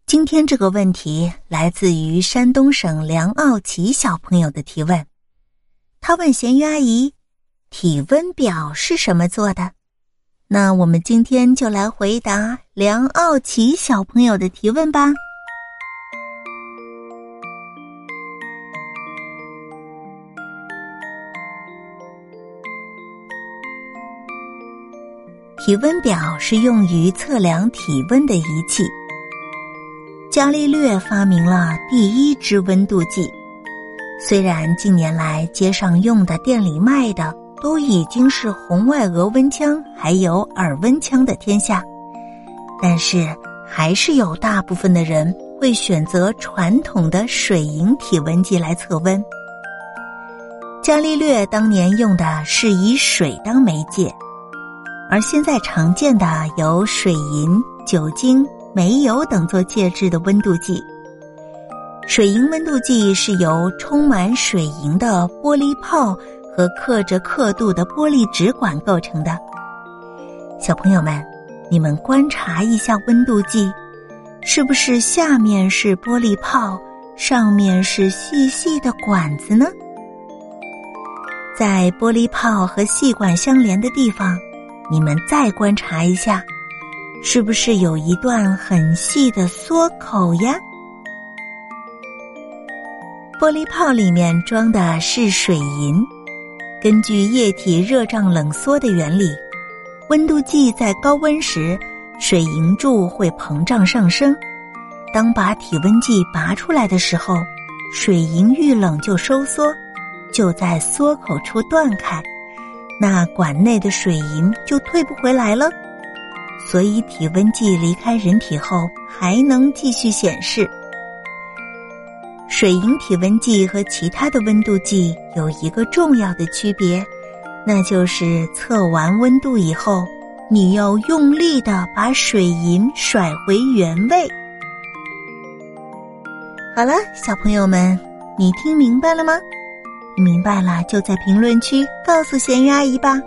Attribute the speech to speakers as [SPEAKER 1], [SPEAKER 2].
[SPEAKER 1] 今天这个问题来自于山东省梁傲奇小朋友的提问。他问咸鱼阿姨，体温表是什么做的？那我们今天就来回答梁傲奇小朋友的提问吧。体温表是用于测量体温的仪器。伽利略发明了第一支温度计，虽然近年来街上用的店里卖的都已经是红外额温枪还有耳温枪的天下，但是还是有大部分的人会选择传统的水银体温计来测温。伽利略当年用的是以水当媒介，而现在常见的有水银、酒精、煤油等做介质的温度计。水银温度计是由充满水银的玻璃泡和刻着刻度的玻璃纸管构成的。小朋友们，你们观察一下温度计，是不是下面是玻璃泡，上面是细细的管子呢？在玻璃泡和细管相连的地方，你们再观察一下，是不是有一段很细的缩口呀？玻璃泡里面装的是水银，根据液体热胀冷缩的原理，温度计在高温时，水银柱会膨胀上升。当把体温计拔出来的时候，水银遇冷就收缩，就在缩口处断开，那管内的水银就退不回来了。所以体温计离开人体后还能继续显示。水银体温计和其他的温度计有一个重要的区别，那就是测完温度以后，你要用力地把水银甩回原位。好了，小朋友们，你听明白了吗？明白了就在评论区告诉咸鱼阿姨吧。